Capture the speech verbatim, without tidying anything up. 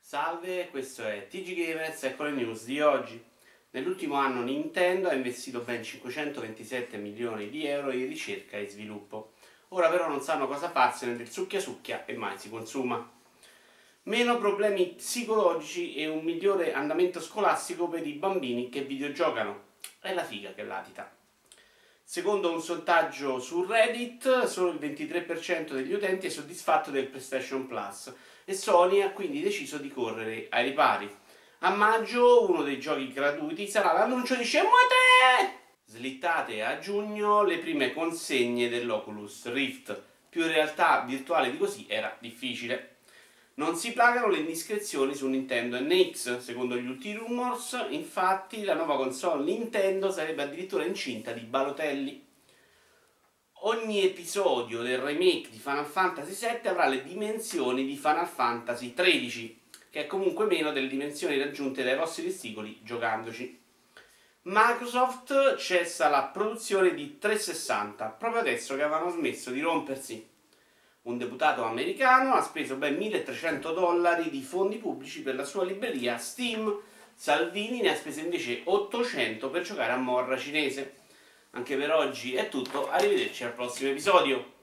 Salve, questo è T G Gamers, ecco le news di oggi. Nell'ultimo anno Nintendo ha investito ben cinquecentoventisette milioni di euro in ricerca e sviluppo. Ora però non sanno cosa farsene del succhia succhia e mai si consuma. Meno problemi psicologici e un migliore andamento scolastico per i bambini che videogiocano. È la figa che latita. Secondo un sondaggio su Reddit, solo il ventitré per cento degli utenti è soddisfatto del PlayStation Plus e Sony ha quindi deciso di correre ai ripari. A maggio uno dei giochi gratuiti sarà l'annuncio di Shenmue. Slittate a giugno le prime consegne dell'Oculus Rift. Più realtà virtuale di così era difficile. Non si placano le indiscrezioni su Nintendo N X. Secondo gli ultimi rumors, infatti, la nuova console Nintendo sarebbe addirittura incinta di Balotelli. Ogni episodio del remake di Final Fantasy sette avrà le dimensioni di Final Fantasy tredici, che è comunque meno delle dimensioni raggiunte dai vostri testicoli giocandoci. Microsoft cessa la produzione di trecentosessanta, proprio adesso che avevano smesso di rompersi. Un deputato americano ha speso ben milletrecento dollari di fondi pubblici per la sua libreria Steam. Salvini ne ha speso invece ottocento per giocare a Morra cinese. Anche per oggi è tutto, arrivederci al prossimo episodio.